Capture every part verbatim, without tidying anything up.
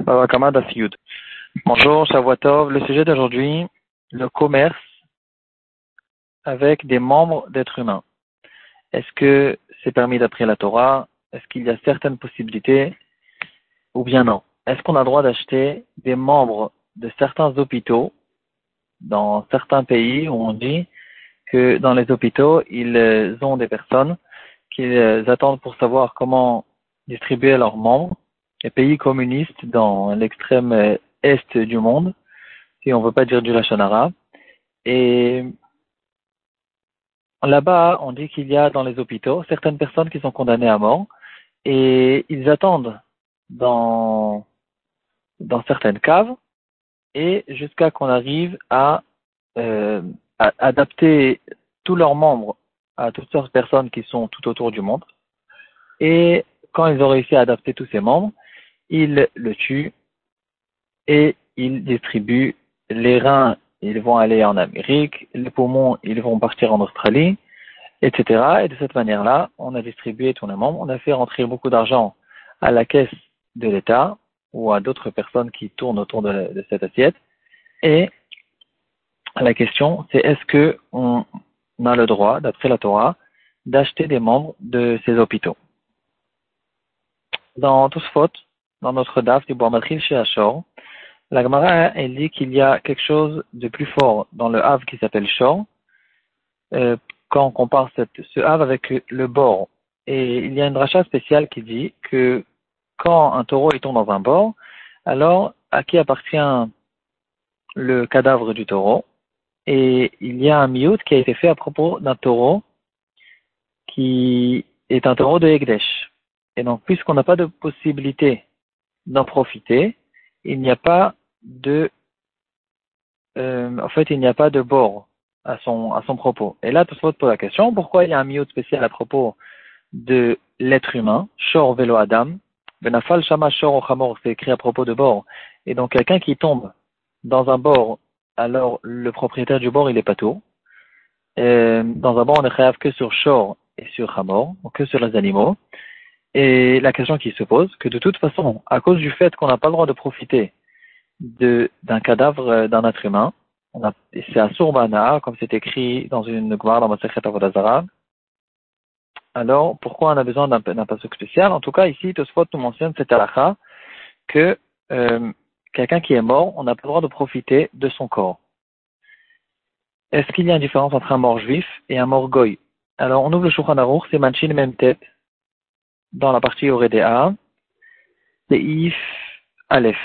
Baba Kama Daf Yud. Bonjour, Shavuotov. Le sujet d'aujourd'hui, le commerce avec des membres d'êtres humains. Est-ce que c'est permis d'après la Torah? Est-ce qu'il y a certaines possibilités ou bien non? Est-ce qu'on a le droit d'acheter des membres de certains hôpitaux dans certains pays où on dit que dans les hôpitaux, ils ont des personnes qu'ils attendent pour savoir comment distribuer leurs membres? Les pays communistes dans l'extrême est du monde, si on ne veut pas dire du Lachon Hara. Et là-bas, on dit qu'il y a dans les hôpitaux certaines personnes qui sont condamnées à mort et ils attendent dans, dans certaines caves et jusqu'à qu'on arrive à, euh, à adapter tous leurs membres à toutes sortes de personnes qui sont tout autour du monde. Et quand ils ont réussi à adapter tous ces membres, ils le tuent et ils distribuent les reins, ils vont aller en Amérique, les poumons, ils vont partir en Australie, et cetera. Et de cette manière-là, on a distribué tous les membres, on a fait rentrer beaucoup d'argent à la caisse de l'État ou à d'autres personnes qui tournent autour de, de cette assiette. Et la question, c'est est-ce que on a le droit, d'après la Torah, d'acheter des membres de ces hôpitaux? Dans Tosfot, dans notre daf du Boamatril chez Ashor, la Gemara, elle dit qu'il y a quelque chose de plus fort dans le Hav qui s'appelle Shor, euh, quand on compare cette, ce Hav avec le, le bord. Et il y a une dracha spéciale qui dit que quand un taureau il tombe dans un bord, alors à qui appartient le cadavre du taureau? Et il y a un miout qui a été fait à propos d'un taureau qui est un taureau de Ekdesh. Et donc, puisqu'on n'a pas de possibilité d'en profiter, il n'y a pas de, euh, en fait, il n'y a pas de bord à son, à son propos. Et là, tout le monde pose la question, pourquoi il y a un miout spécial à propos de l'être humain, Shor Velo Adam, Benafal Shama Shor Ochamor, c'est écrit à propos de bord. Et donc, quelqu'un qui tombe dans un bord, alors le propriétaire du bord, il est pas tout. Euh, dans un bord, on est khayaf que sur Shor et sur Hamor, donc que sur les animaux. Et la question qui se pose, que de toute façon, à cause du fait qu'on n'a pas le droit de profiter de, d'un cadavre d'un être humain, on a, c'est à Sourbana, comme c'est écrit dans une Gemara dans Masechet Avodah Zarah. Alors, pourquoi on a besoin d'un, d'un pasuk spécial? En tout cas, ici, Tosfot nous mentionne cette halakha que euh, quelqu'un qui est mort, on n'a pas le droit de profiter de son corps. Est-ce qu'il y a une différence entre un mort juif et un mort goy? Alors, on ouvre le Shulchan Aruch, c'est Manchin même tête, dans la partie Oredea, c'est If Aleph.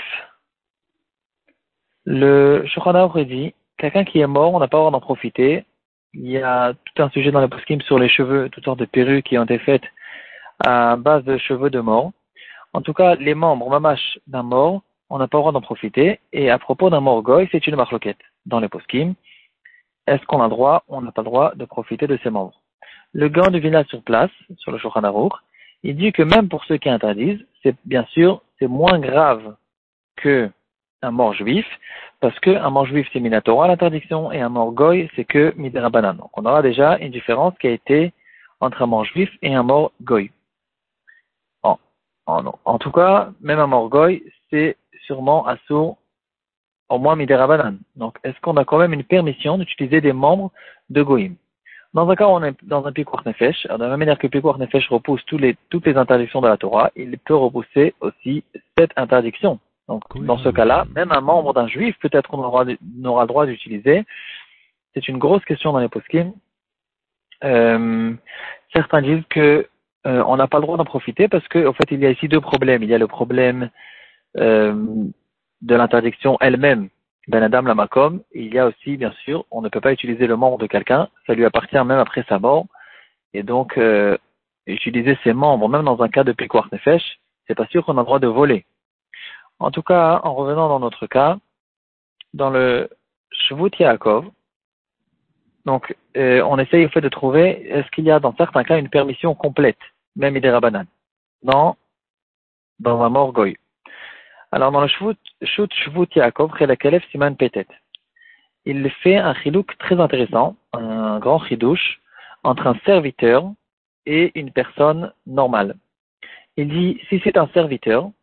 Le Shulchan Aruch dit, quelqu'un qui est mort, on n'a pas le droit d'en profiter. Il y a tout un sujet dans les poskim sur les cheveux, toutes sortes de perruques qui ont été faites à base de cheveux de mort. En tout cas, les membres mamash d'un mort, on n'a pas le droit d'en profiter. Et à propos d'un mort goy, c'est une marloquette dans les poskim. Est-ce qu'on a le droit? On n'a pas le droit de profiter de ces membres. Le gant du village sur place, sur le Shulchan Aruch, il dit que même pour ceux qui interdisent, c'est bien sûr, c'est moins grave que un mort juif, parce que un mort juif c'est minatora l'interdiction et un mort goy c'est que miderabanan. Donc on aura déjà une différence qui a été entre un mort juif et un mort goy. En, en, en tout cas, même un mort goy c'est sûrement assourd au moins miderabanan. Donc est-ce qu'on a quand même une permission d'utiliser des membres de goyim? Dans un cas, on est dans un pikuach nefesh. Alors, de la même manière que le pikuach nefesh repousse tous les, toutes les interdictions de la Torah, il peut repousser aussi cette interdiction. Donc, oui, dans ce cas-là, même un membre d'un juif, peut-être qu'on aura, n'aura le droit d'utiliser. C'est une grosse question dans les poskim. Euh, certains disent que euh, on n'a pas le droit d'en profiter parce que, en fait, il y a ici deux problèmes. Il y a le problème euh, de l'interdiction elle-même. Ben Adam la Makom, il y a aussi, bien sûr, on ne peut pas utiliser le membre de quelqu'un, ça lui appartient même après sa mort, et donc, euh, utiliser ses membres, même dans un cas de Pikuach Nefesh, c'est pas sûr qu'on a le droit de voler. En tout cas, en revenant dans notre cas, dans le Shvut Yaakov, donc, euh, on essaye au fait de trouver, est-ce qu'il y a dans certains cas une permission complète, même Idé Rabanan, dans, dans un mort goy. Alors, dans le Shvut, Shvut Yaakov, Chelak Siman Petet, il fait un chilouk très intéressant, un grand chidouche, entre un serviteur et une personne normale. Il dit, si c'est un serviteur,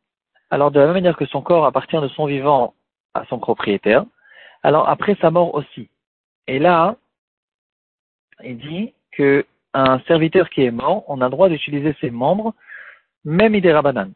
alors de la même manière que son corps appartient de son vivant à son propriétaire, alors après sa mort aussi. Et là, il dit que un serviteur qui est mort, on a le droit d'utiliser ses membres, même idérabanan.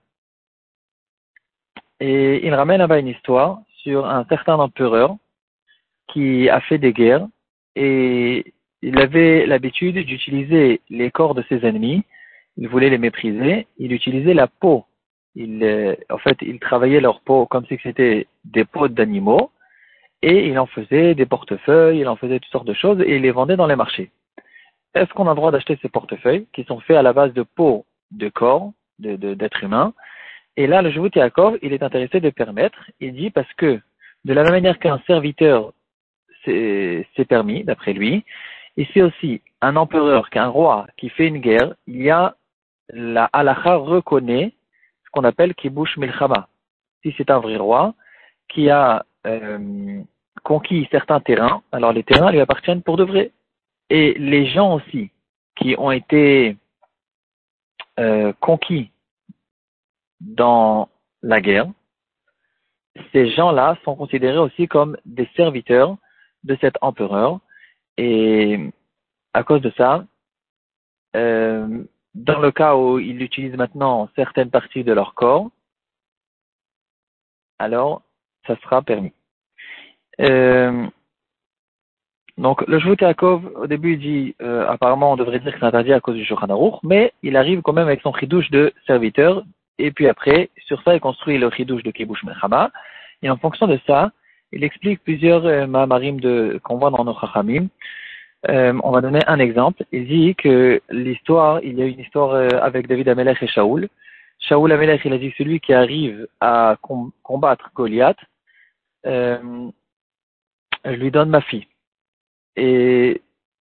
Et il ramène là-bas une histoire sur un certain empereur qui a fait des guerres et il avait l'habitude d'utiliser les corps de ses ennemis. Il voulait les mépriser. Il utilisait la peau. Il, euh, en fait, il travaillait leur peau comme si c'était des peaux d'animaux et il en faisait des portefeuilles, il en faisait toutes sortes de choses et il les vendait dans les marchés. Est-ce qu'on a le droit d'acheter ces portefeuilles qui sont faits à la base de peau de corps, de, de, d'être humain? Et là, le Jevut Yaakov, il est intéressé de permettre, il dit parce que de la même manière qu'un serviteur c'est, c'est permis, d'après lui, ici aussi, un empereur, qu'un roi qui fait une guerre, il y a la halakha reconnaît ce qu'on appelle kibush milchama. Si c'est un vrai roi qui a euh, conquis certains terrains, alors les terrains lui appartiennent pour de vrai. Et les gens aussi qui ont été euh, conquis dans la guerre, ces gens-là sont considérés aussi comme des serviteurs de cet empereur. Et à cause de ça, euh, dans le cas où ils utilisent maintenant certaines parties de leur corps, alors ça sera permis. Euh, donc le Jevut Yaakov, au début il dit, euh, apparemment on devrait dire que c'est interdit à cause du Shulchan Aruch, mais il arrive quand même avec son chidouche de serviteur, et puis après, sur ça il construit le chidouche de Kibush Melchama, et en fonction de ça, il explique plusieurs euh, ma'amarim de qu'on voit dans nos Chachamim. Euh, on va donner un exemple. Il dit que l'histoire, il y a une histoire euh, avec David Amelech et Shaoul. Shaoul Amelech, il a dit celui qui arrive à com- combattre Goliath, euh, je lui donne ma fille. Et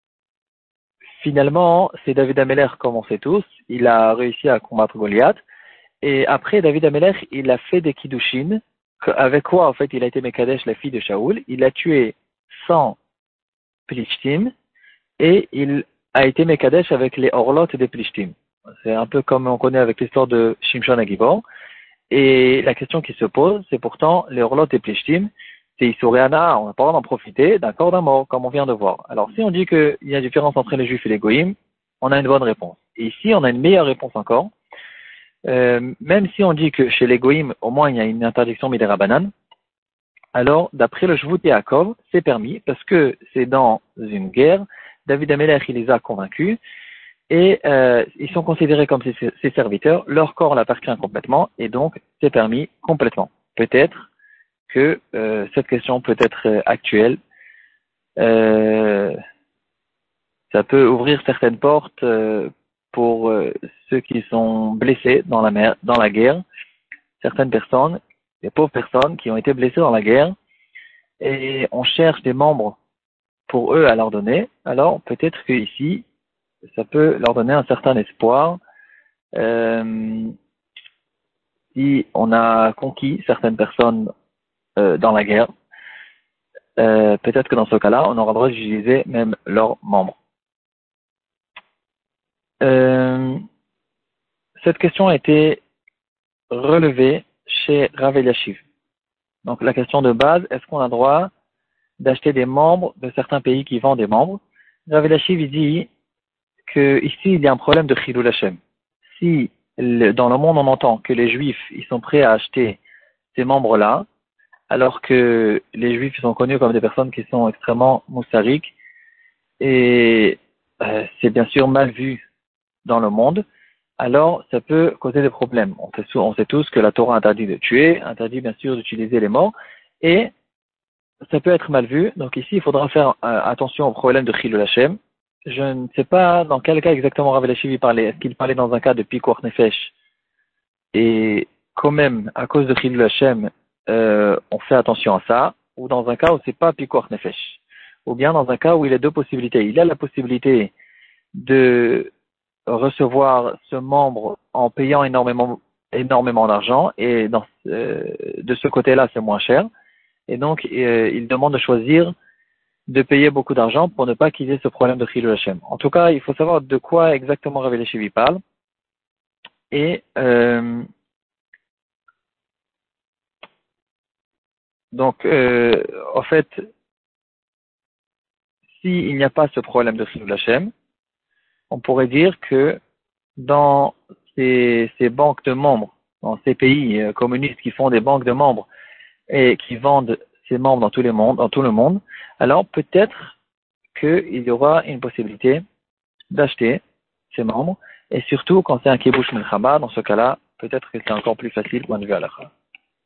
finalement, c'est David Amelech, comme on sait tous, il a réussi à combattre Goliath. Et après, David Amelech, il a fait des kiddushin, avec quoi, en fait, il a été Mekadesh, la fille de Shaoul. Il a tué cent Plishtim, et il a été Mekadesh avec les Orlot des Plishtim. C'est un peu comme on connaît avec l'histoire de Shimshon Agibor. Et la question qui se pose, c'est pourtant les Orlot des Plishtim, c'est Isuréana, on n'a pas le droit d'en profiter d'un corps d'un mort, comme on vient de voir. Alors si on dit qu'il y a une différence entre les Juifs et les Goïms, on a une bonne réponse. Et ici, on a une meilleure réponse encore. Euh, même si on dit que chez les Goïms, au moins il y a une interdiction midérabanan, alors d'après le Jevut Yaakov, c'est permis, parce que c'est dans une guerre, David Amelech, il les a convaincus, et euh, ils sont considérés comme ses, ses serviteurs, leur corps l'appartient complètement, et donc c'est permis complètement. Peut-être que euh, cette question peut être euh, actuelle, euh, ça peut ouvrir certaines portes euh, pour euh, ceux qui sont blessés dans la mer, dans la guerre, certaines personnes, des pauvres personnes qui ont été blessées dans la guerre, et on cherche des membres pour eux à leur donner, alors peut-être que ici, ça peut leur donner un certain espoir. Euh, si on a conquis certaines personnes euh, dans la guerre, euh, peut-être que dans ce cas-là, on aura le droit d'utiliser même leurs membres. Euh, cette question a été relevée chez Rav Eliashiv. Donc la question de base, est-ce qu'on a le droit d'acheter des membres de certains pays qui vendent des membres? Rav Eliashiv il dit que ici il y a un problème de Chilul Hashem. Si le, dans le monde on entend que les Juifs ils sont prêts à acheter ces membres-là, alors que les Juifs sont connus comme des personnes qui sont extrêmement moussariques, et euh, c'est bien sûr mal vu dans le monde, alors ça peut causer des problèmes. On sait, on sait tous que la Torah interdit de tuer, interdit bien sûr d'utiliser les morts, et ça peut être mal vu. Donc ici, il faudra faire euh, attention au problème de Chilul Hashem. Je ne sais pas dans quel cas exactement Rav Eliashiv parlait. Est-ce qu'il parlait dans un cas de Pikuach Nefesh? Et quand même, à cause de Chilul Hashem, euh, on fait attention à ça, ou dans un cas où c'est pas Pikuach Nefesh. Ou bien dans un cas où il y a deux possibilités. Il y a la possibilité de recevoir ce membre en payant énormément, énormément d'argent, et dans, euh, de ce côté-là, c'est moins cher. Et donc, euh, il demande de choisir de payer beaucoup d'argent pour ne pas qu'il y ait ce problème de Chilul Hashem. En tout cas, il faut savoir de quoi exactement Rav Eliashiv parle. Et euh, Donc, euh, en fait, s'il n'y a pas ce problème de Chilul Hashem, on pourrait dire que dans ces, ces banques de membres, dans ces pays euh, communistes qui font des banques de membres et qui vendent ces membres dans tous les mondes, dans tout le monde, alors peut-être qu'il y aura une possibilité d'acheter ces membres, et surtout quand c'est un kibush milchama, dans ce cas-là, peut-être que c'est encore plus facile point de vue halakha.